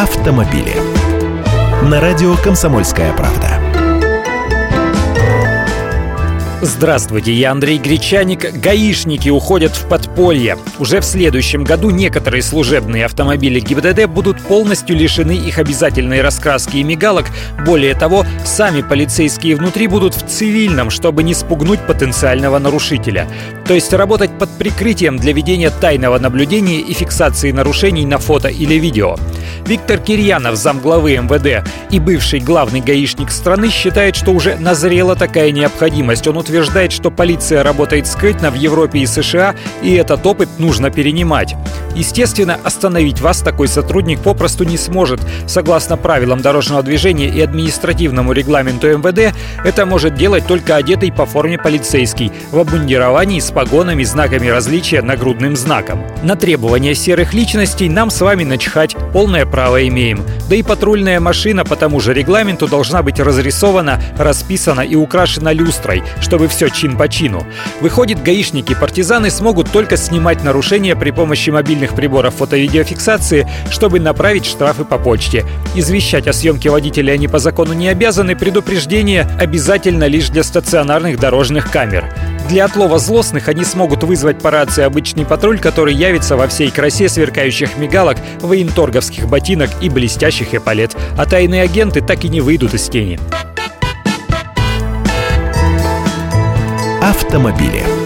автомобили. На радио «Комсомольская правда». Здравствуйте, я Андрей Гречаник. Гаишники уходят в подполье. Уже в следующем году некоторые служебные автомобили ГИБДД будут полностью лишены их обязательной раскраски и мигалок. Более того, сами полицейские внутри будут в цивильном, чтобы не спугнуть потенциального нарушителя. То есть работать под прикрытием для ведения тайного наблюдения и фиксации нарушений на фото или видео. Виктор Кирьянов, замглавы МВД и бывший главный гаишник страны, считает, что уже назрела такая необходимость. Он утверждает, что полиция работает скрытно в Европе и США, и этот опыт нужно перенимать. Естественно, остановить вас такой сотрудник попросту не сможет. Согласно правилам дорожного движения и административному регламенту МВД, это может делать только одетый по форме полицейский, в обмундировании с погонами, знаками различия, нагрудным знаком. На требования серых личностей нам с вами начхать, полное право имеем. Да и патрульная машина по тому же регламенту должна быть разрисована, расписана и украшена люстрой, чтобы все чин по чину. Выходит, гаишники-партизаны смогут только снимать нарушения при помощи мобильных приборов фото-видеофиксации, чтобы направить штрафы по почте. Извещать о съемке водителя они по закону не обязаны, предупреждение обязательно лишь для стационарных дорожных камер. Для отлова злостных они смогут вызвать по рации обычный патруль, который явится во всей красе сверкающих мигалок, военторговских ботинок и блестящих эполет. А тайные агенты так и не выйдут из тени. Автомобили.